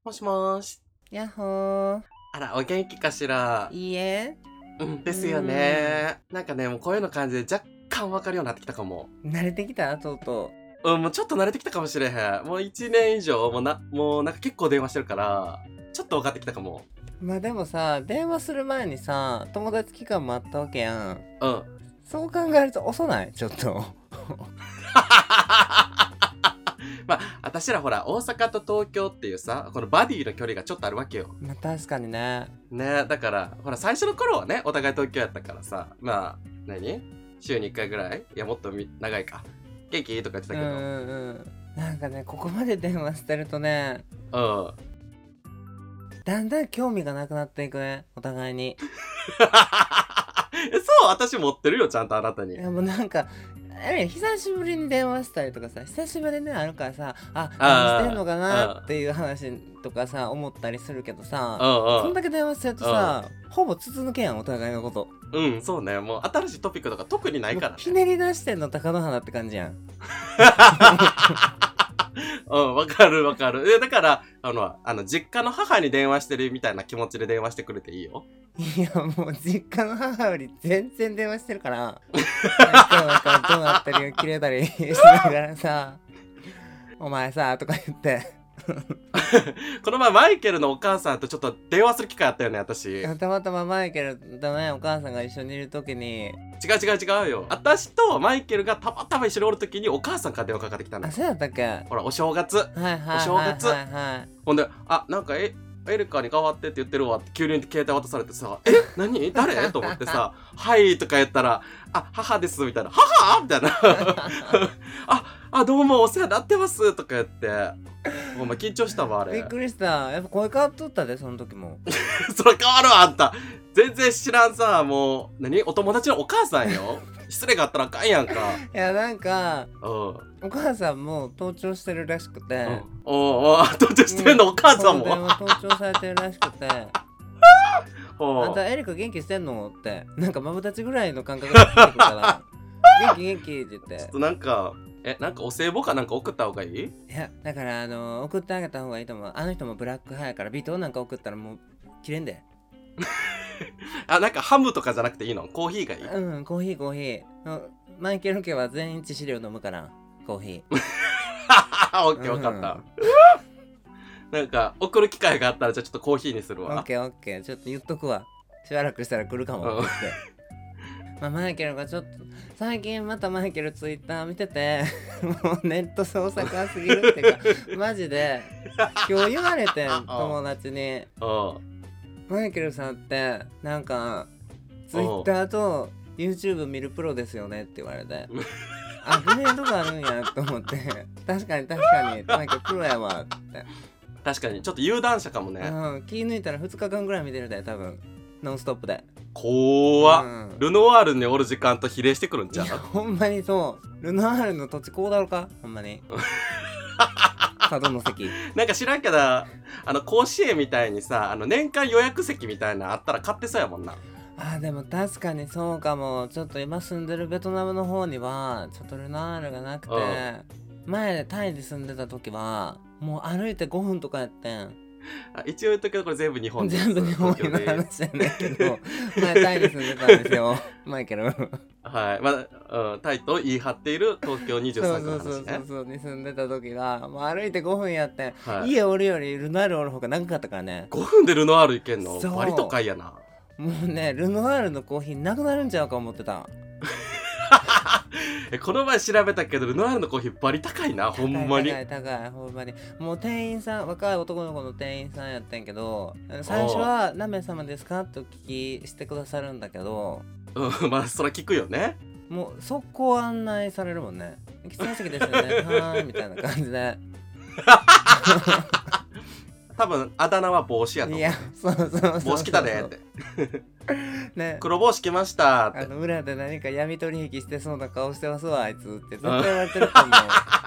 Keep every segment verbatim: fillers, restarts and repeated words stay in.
もしもーし。 やっほー。 あら、お元気かしら。 いいえ。 うんですよね。なんかね、もうこういうの感じで若干わかるようになってきたかも。 慣れてきたとうとうん、もうちょっと慣れてきたかもしれへん。もういちねん以上、もうな、もうなんか結構電話してるから、ちょっと分かってきたかも。 う。まあでもさ、電話する前にさ、友達期間もあったわけやん。 うん。 そう考えると遅ないちょっと。 まあ、私らほら、大阪と東京っていうさ、このバディの距離がちょっとあるわけよ。 まあ確かにね。 ね、だから、ほら、最初の頃はね、お互い東京やったからさ、まあ、何週にいっかいぐらいいや、もっとみ長いか。元気とか言ってたけど。 うんうんうん。なんかね、ここまで電話してるとね、 うん。 だんだん興味がなくなっていくね、お互いに。 え、そう私持ってるよ、ちゃんとあなたに。 いやもうなんか、あれ久しぶりに電話したりとかさ、久しぶりにあるからさ、あ、何してんのかなっていう話とかさ、思ったりするけどさ、 うんうん。 そんだけ電話してるとさ、ほぼ筒抜けやん、お互いのこと。 うん、そうね。もう新しいトピックとか特にないからね。 ひねり出してんの高野花って感じやん。 うん、わかるわかる。え、だから、あの、あの、実家の母に電話してるみたいな気持ちで電話してくれていいよ。 いや、もう実家の母より全然電話してるから、なんかなんかどうなったり切れたりしながらさ、お前さ、とか言って。 この前マイケルのお母さんとちょっと電話する機会あったよね、私。違うたまたまマイケルとね、お母さんが一緒にいるときに、 違う違うよ。私とマイケルがたまたま一緒におるときにお母さんから電話かかってきたのあ、。そうやったっけ？はいほら、お正月。 はいはいはい、はい。 お正月ほんで、あ、なんかえ、エリカに代わってって言ってるわって急に携帯渡されてさ、え、何誰と思ってさ、はいとか言ったら、あ、母ですみたいな、母みたいな。あ、あ、どうもお世話になってますとか言って、お前緊張したわ、あれ。 びっくりした。やっぱ声変わっとったで、その時も。 それ変わるわ、あんた。全然知らんさ、もう、何お友達のお母さんよ。失礼があったらあかんやんか。 いや、なんか、 うん。 お母さんも盗聴してるらしくて。 うん、おお、盗聴してるの、うん、お母さんも。 電話盗聴されてるらしくて。あんたエリカ元気してんのって。なんかまぶたちぐらいの感覚で聞いてくるから。元気元気って言って。 ちょっとなんか、え、なんかお歳暮かなんか送った方がいい？ いや、だからあのー、送ってあげた方がいいと思う。あの人もブラック派やからビートなんか送ったらもう切れんで。 あ、なんかハムとかじゃなくていいの？コーヒーがいい？ うん、コーヒーコーヒー。マイケル家は全員致死量飲むからコーヒー。 オッケー分かった。なんか送る機会があったらじゃあちょっとコーヒーにするわ。 オッケーオッケー、ちょっと言っとくわ。しばらくしたら来るかもって。まあ、マイケルがちょっと最近またマイケルツイッター見ててもうネット捜索がすぎるっていうかマジで今日言われてん友達にマイケルさんってなんかツイッターと YouTube 見るプロですよねって言われてあ、グレードがあるんやと思って確かに確かにマイケルプロやわって確かにちょっと有段者かもね、 うん、気抜いたらふつかかんぐらい見てるで多分ノンストップで怖っ、うん、ルノワールにおる時間と比例してくるんちゃう？ ほんまにそうルノワールの土地こうだろかほんまに角の席なんか知らんけどあの甲子園みたいにさあの年間予約席みたいなあったら買ってそうやもんな。 あ、でも確かにそうかも。ちょっと今住んでるベトナムの方にはちょっとルノワールがなくて、うん、前タイで住んでた時はもう歩いてごふんとかやってん。 あ、一応言っとくけどこれ全部日本です。 全部日本の話じゃないけど前タイに住んでたんですよマイケル。はい、 まあ、うん、タイと言い張っている東京にじゅうさん区の話ね。 そうそうそうそうに住んでた時はもう歩いてごふんやって、はい、家おるよりルノワールおる方が長かったからね。 ごふんでルノワール行けんの？バリ都会やな。 もうねルノワールのコーヒーなくなるんちゃうか思ってたこの前調べたけどルノワールのコーヒーバリ高いな。ほんまに高い高いほんまに。もう店員さん若い男の子の店員さんやってんけど最初は何名様ですかってお聞きしてくださるんだけど、 うん、まあそれ聞くよね。 もう速攻案内されるもんね。喫茶席ですよねはーいみたいな感じで多分あだ名は帽子やと思う。 いやそうそうそうそう帽子来たねってね、 黒帽子来ましたって。 あの裏で何か闇取引してそうな顔してますわあいつって絶対言われてると思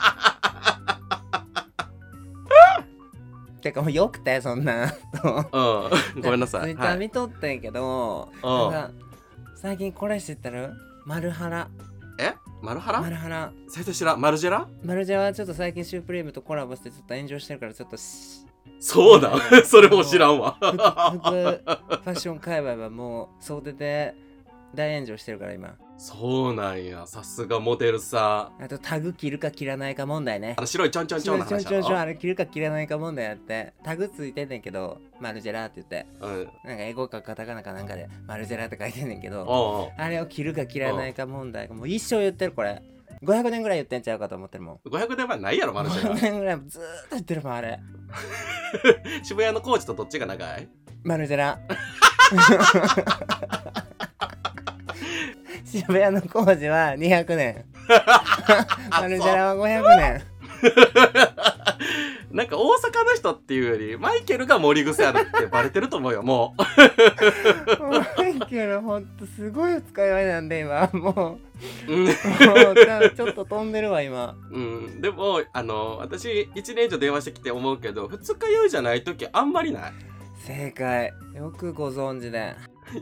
うてかもうよくてそんなうんごめんなさい。 ツイッター見とってんけど、はい、なんか最近これ知ってる？マルハラ。 え？マルハラ？ マルハラ絶対知らん。マルジェラ？ マルジェラはちょっと最近シュープリームとコラボしてちょっと炎上してるからちょっとそうなんそれも知らんわ。 服服ファッション界隈はもう総出で大炎上してるから今。 そうなんや。さすがモデルさん。 あとタグ切るか切らないか問題ね。 あの白いちょんちょんちょんの話ちょんちょんちょんやあれ切るか切らないか問題やって、タグついてんねんけどマルジェラって言って、 ろ。うん。 なんか英語かカタカナかなんかでマルジェラって書いてんねんけど、 おうおうあれを切るか切らないか問題がもう一生言ってる。これごひゃくねんぐらい言ってんちゃうかと思ってるもん。 ごひゃくねんまえないやろ、マルシェごひゃくが。 ねんぐらいずーっと言ってるもんあれ。 渋谷の工事とどっちが長い？ マルジェラ渋谷の工事はにひゃくねんマルジェラはごひゃくねん。なんか大阪の人っていうよりマイケルが盛り癖あるってバレてると思うよ、もう。 ん。マイケルほんとすごい使い合いなんで今もううんもうちょっと飛んでるわ今。 うん、でもあの私いちねん以上電話してきて思うけど二日酔いじゃない時あんまりない。 正解、よくご存知で。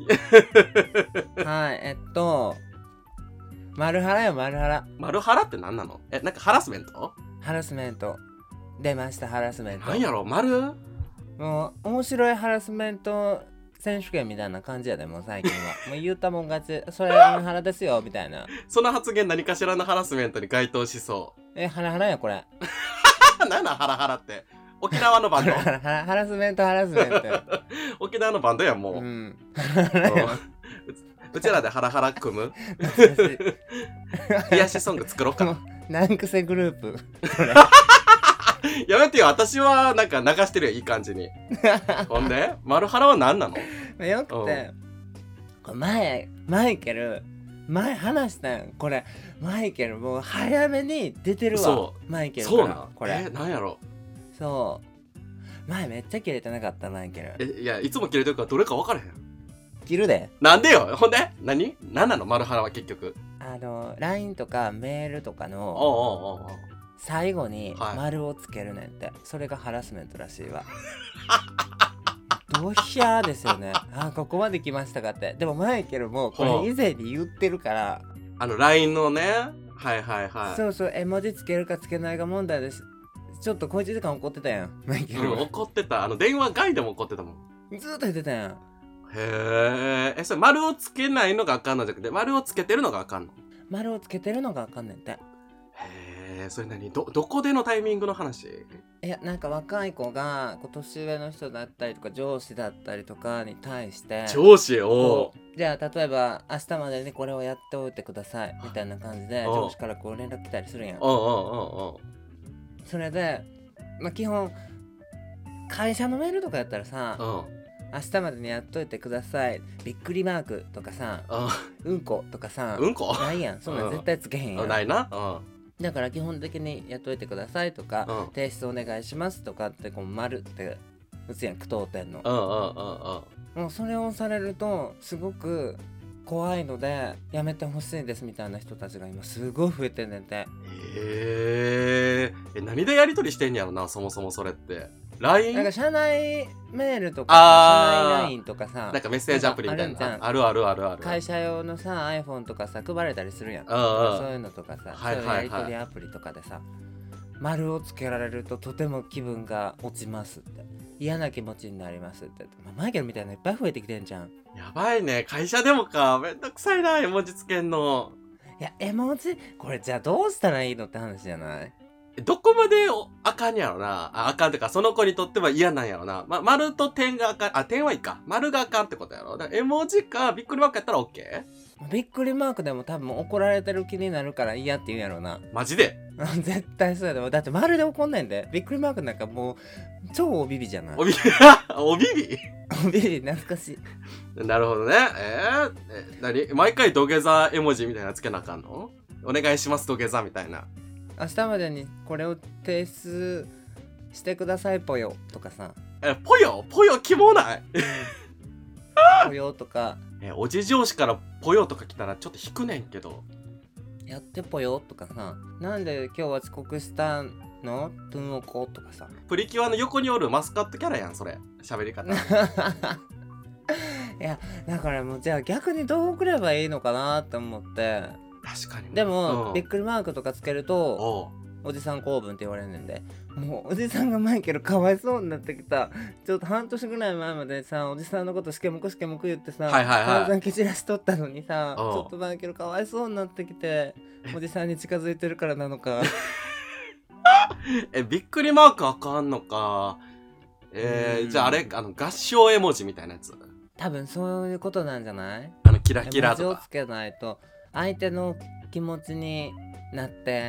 はい、えっとマルハラよ、マルハラ。 マルハラって何なの？え、なんかハラスメント？ ハラスメント出ました。ハラスメントなんやろ、マル？ もう面白いハラスメント選手権みたいな感じやで、もう最近はもう言ったもん勝ち、それハラですよみたいな。 その発言何かしらのハラスメントに該当しそえ、ハラハラやこれ。 う。なんなんハラハラって？沖縄のバンド？ ハラハラハラスメントハラスメント。 沖縄のバンドやもう。 ううんん。 うちらでハラハラ組む？ 懐かしい癒やしソング作ろうか。 難癖グループ。 やめてよ、私はなんか流してるよ、いい感じに。ほんでマルハラは何なの？ よくて、これ前マイケル前話したやん。これマイケルもう早めに出てるわ。 そマイケルからそうなんこれ。 え、なんやろ？ そう前めっちゃキレてなかったマイケル。 え、いや、いつも切れてるからどれか分からへん。 切るで。 なんでよ。ほんで何何なのマルハラは結局。 あの ライン とかメールとかのおうおうおうおう最後にはい丸をつけるねんって、それがハラスメントらしいわ。ドヒャーですよね。あ、ここまで来ましたかって。でもマイケルもこれ以前に言ってるから、 あの ライン のね、はいはいはい。 そうそう、絵文字つけるかつけないか問題です。ちょっと小一時間怒ってたやんマイケル、 うん、怒ってた。あの電話外でも怒ってたもん。 ずーっと言ってたやん。 へえ。え、それ丸をつけないのがあかんのじゃなくて、丸をつけてるのがあかんの？ 丸をつけてるのがあかんねんって。 へえ、それ何？ど、どこでのタイミングの話？ いや、なんか若い子がこう年上の人だったりとか上司だったりとかに対して上司をこうじゃあ例えば明日までにこれをやっておいてくださいみたいな感じでおう上司からこう連絡来たりするやん。 おうおうおうおそれでまあ基本会社のメールとかやったらさ、 ううん明日までにやっといてくださいびっくりマークとかさ、うんことかさ、 うんこないやん。そんなん絶対つけへんやん。 ないな。うんだから基本的にやっといてくださいとか、 うん提出お願いしますとかってこう丸って打つやん、句読点の。 うんうんうんうんもうそれをされるとすごく怖いのでやめてほしいですみたいな人たちが今すごい増えてんねんて。 へえ。え、何でやり取りしてんやろな、そもそもそれって。ライン？ なんか社内メールとかあー社内 ライン とかさ、 なんかメッセージアプリみたいなんかあるんじゃな。あるあるあるある。 会社用のさ iPhone とかさ配られたりするやん。 うんうんそういうのとかさ、 はいはいはいそういうやり取りアプリとかでさ丸をつけられるととても気分が落ちますって嫌な気持ちになりますって、まあ、マイケルみたいなのいっぱい増えてきてんじゃん。 やばいね。会社でもか。めんどくさいな、絵文字つけんの。 いや絵文字これじゃあどうしたらいいのって話じゃない？ どこまでおあかんやろな。あ、あかんってか、その子にとっては嫌なんやろな。ま、丸と点があかん。あ、点はいいか。丸があかんってことやろ。だから絵文字か、びっくりマークやったら OK？ びっくりマークでも多分怒られてる気になるから嫌って言うんやろうな。 マジで絶対そうやで。だって丸で怒んないんで。びっくりマークなんかもう超おビビじゃない？ おび、おびびおビビ懐かしい。 なるほどね。えー、え、なに毎回土下座絵文字みたいなのつけなあかんの？お願いします土下座みたいな。 明日までにこれを提出してくださいぽよとかさ。 え、ぽよぽよキモないぽよとかえ、おじ上司からぽよとか来たらちょっと引くねんけど。 やってぽよとかさ。なんで今日は遅刻したのトゥンオコとかさ。 プリキュアの横におるマスカットキャラやん、それ。喋り方。 いやだからもうじゃあ逆にどう送ればいいのかなって思って。 確かに。 でも、 うんびっくりマークとかつけるとおうおじさん公文って言われるんで、もうおじさんがマイケルかわいそうになってきた。ちょっと半年ぐらい前までさ、おじさんのことしけもくしけもく言ってさ、 はいはいはい散々蹴散らしとったのにさ、ちうんょっとマイケルかわいそうになってきて、おじさんに近づいてるからなのかえ、びっくりマークあかんのか。えー、 うんじゃああれ、あの、合唱絵文字みたいなやつ。 多分そういうことなんじゃない？ あの、キラキラとか。 絵文字をつけないと相手の気持ちになって、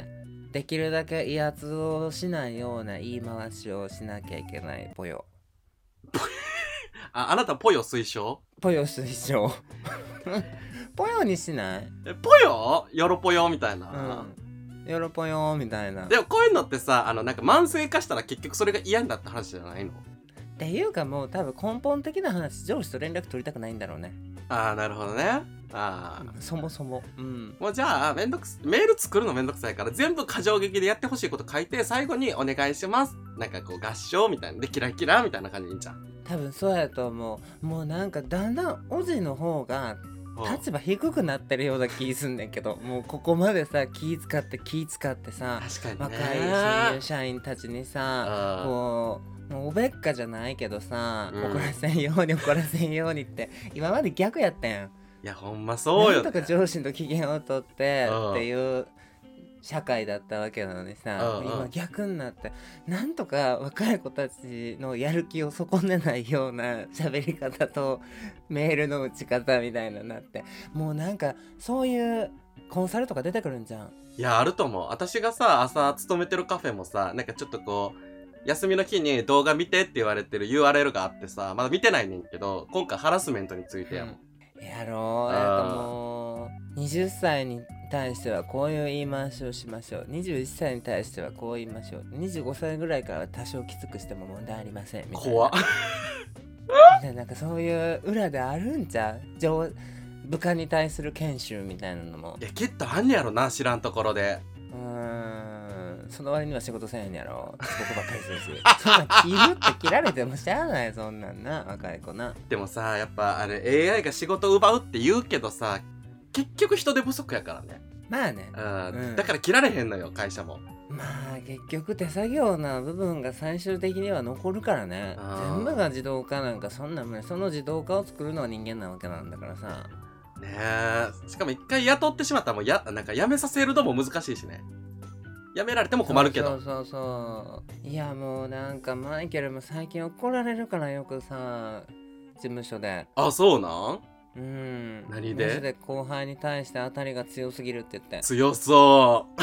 できるだけ威圧をしないような言い回しをしなきゃいけない。ぽよあ、あなたぽよ推奨？ ぽよ推奨ぽよにしない？ え、ぽよよろぽよみたいな。 うん、よろぽよみたいな。 でもこういうのってさ、あの、なんか慢性化したら結局それが嫌になった話じゃないの？ っていうかもう多分根本的な話、上司と連絡取りたくないんだろうね。 ああ、なるほどね。ああ、 そもそも。うん。 もうじゃあめんどくすメール作るのめんどくさいから全部過剰劇でやってほしいこと書いて最後にお願いしますなんかこう合唱みたいなでキラキラみたいな感じでいいんじゃん。 多分そうやと思う。もうなんかだんだんおじの方が立場低くなってるような気すんねんけど、もうここまでさ気使って気使ってさ、 確かにね。 若い新入社員たちにさ、 うんこうもうおべっかじゃないけどさ、 うん怒らせんように怒らせんようにって今まで逆やったやん。 いやほんまそうよ、ね。 なんとか上司の機嫌を取ってうんっていう社会だったわけなのにさ、 うんうん今逆になってなんとか若い子たちのやる気を損ねないような喋り方とメールの打ち方みたいなのになって、もうなんかそういうコンサルとか出てくるんじゃん。 いやあると思う。私がさ朝勤めてるカフェもさなんかちょっとこう休みの日に動画見てって言われてる ユーアールエル があってさまだ見てないねんけど今回ハラスメントについてやもん。 うん、やろう。なんかもうにじゅっさいに対してはこういう言い回しをしましょう、にじゅういっさいに対してはこう言いましょう、にじゅうごさいぐらいからは多少きつくしても問題ありませんみたいな。 怖っなんかそういう裏であるんちゃう？上部下に対する研修みたいなのも。 いやきっとあんねやろな知らんところで。 うーん、その割には仕事せんやろ。僕ばっかりするしそんなん切るって切られてもしゃあない、そんなんな、若い子な。 でもさやっぱあれ エーアイ が仕事を奪うって言うけどさ結局人手不足やからね。 まあね、 うん、 うん、 だから切られへんのよ会社も。 まあ結局手作業な部分が最終的には残るからね。全部が自動化なんかそんなもん、その自動化を作るのは人間なわけなんだからさ。 ねえ、しかも一回雇ってしまったらもうやなんか辞めさせるのも難しいしね。辞められても困るけど。 そうそうそうそう。いやもうなんかマイケルも最近怒られるからよくさ、事務所で。 あ、そうなん？ うん。 何で？ マジで後輩に対して当たりが強すぎるって言って。 強そう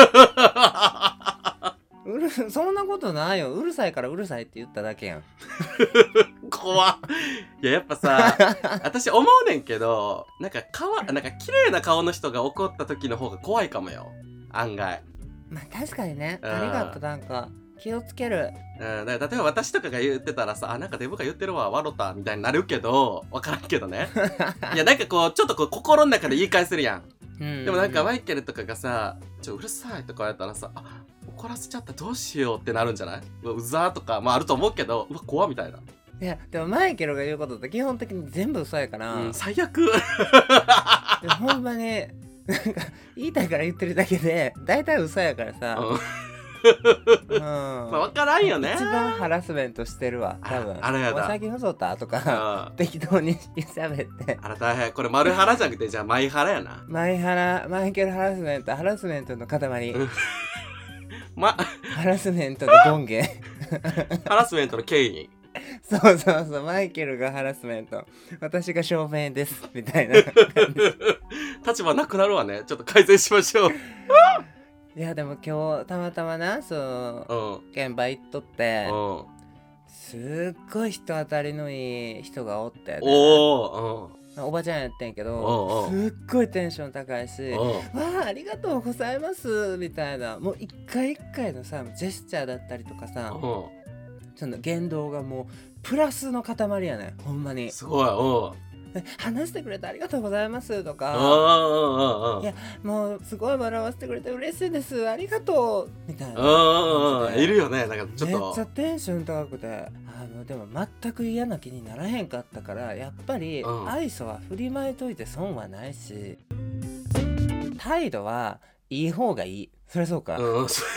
うるそんなことないよ。うるさいからうるさいって言っただけやん。 怖っ。いややっぱさ私思うねんけどなんかかわなんか綺麗な顔の人が怒った時の方が怖いかもよ案外。 まあ確かにね。 うんありがとう。なんか気をつける。 うん、だから例えば私とかが言ってたらさあなんかデブが言ってるわ笑ったみたいになるけど分からんけどねいやなんかこうちょっとこう心の中で言い返せるやん。 うん、 でもなんかマイケルとかがさちょうるさいとか言われたらさあ怒らせちゃったどうしようってなるんじゃない？うわうざーとかまああると思うけどうわ怖みたいな。 いやでもマイケルが言うことって基本的に全部嘘やから、 うん、最悪でほんまになんか言いたいから言ってるだけで大体嘘やからさ、 うんうん、 まあ分からんよね。 一番ハラスメントしてるわ多分。 ああれやだお先嘘ったとかうん適当に喋ってあら大変。これ丸腹じゃなくてじゃあマイ腹やな。 マイハラマイケルハラスメントハラスメントの塊うんまハラスメントの権限ハラスメントの権威そうそうそう、マイケルがハラスメント私が証明ですみたいな立場なくなるわね。ちょっと改善しましょう。 いやでも今日たまたまなそううん現場行っとってうんすっごい人当たりのいい人がおって、ね、 おーおばちゃんやってんけおうおどうすっごいテンション高いしうんうんわあありがとうございますみたいな、もう一回一回のさジェスチャーだったりとかさ、その言動がもうプラスの塊やねほんまに。 すごい。うん話してくれてありがとうございますとか、 うんうんいやもうすごい笑わせてくれて嬉しいですありがとうみたいなうんうんいるよね。なんかちょっとめっちゃテンション高くて、あのでも全く嫌な気にならへんかったから、やっぱりうん愛想は振りまいといて損はないし態度はいい方がいい。そりゃそうか、 うん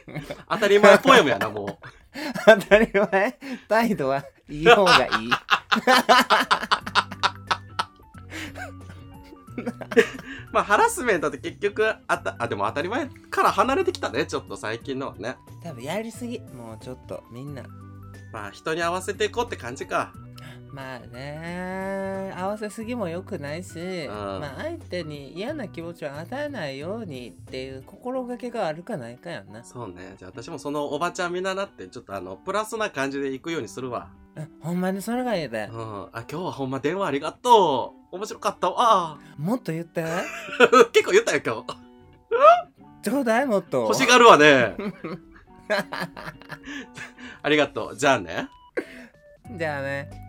当たり前ポエムやなもう。 当たり前。態度はいい方がいい。 まあハラスメントって結局あたあでも当たり前から離れてきたね、ちょっと最近のはね。 多分やりすぎ、もうちょっとみんな。 まあ人に合わせていこうって感じか。 まあね、合わせすぎも良くないし、 んまあ相手に嫌な気持ちを与えないようにっていう心がけがあるかないかやんな。 そうね。じゃあ私もそのおばちゃん見習ってちょっとあのプラスな感じで行くようにするわ。 うん、ほんまにそれがいいでう。ん。あ、今日はほんま電話ありがとう。面白かったわ。 もっと言って。 結構言ったよ今日。 ちょうだい、もっと。 欲しがるわね。ありがとう。じゃあね。 じゃあね。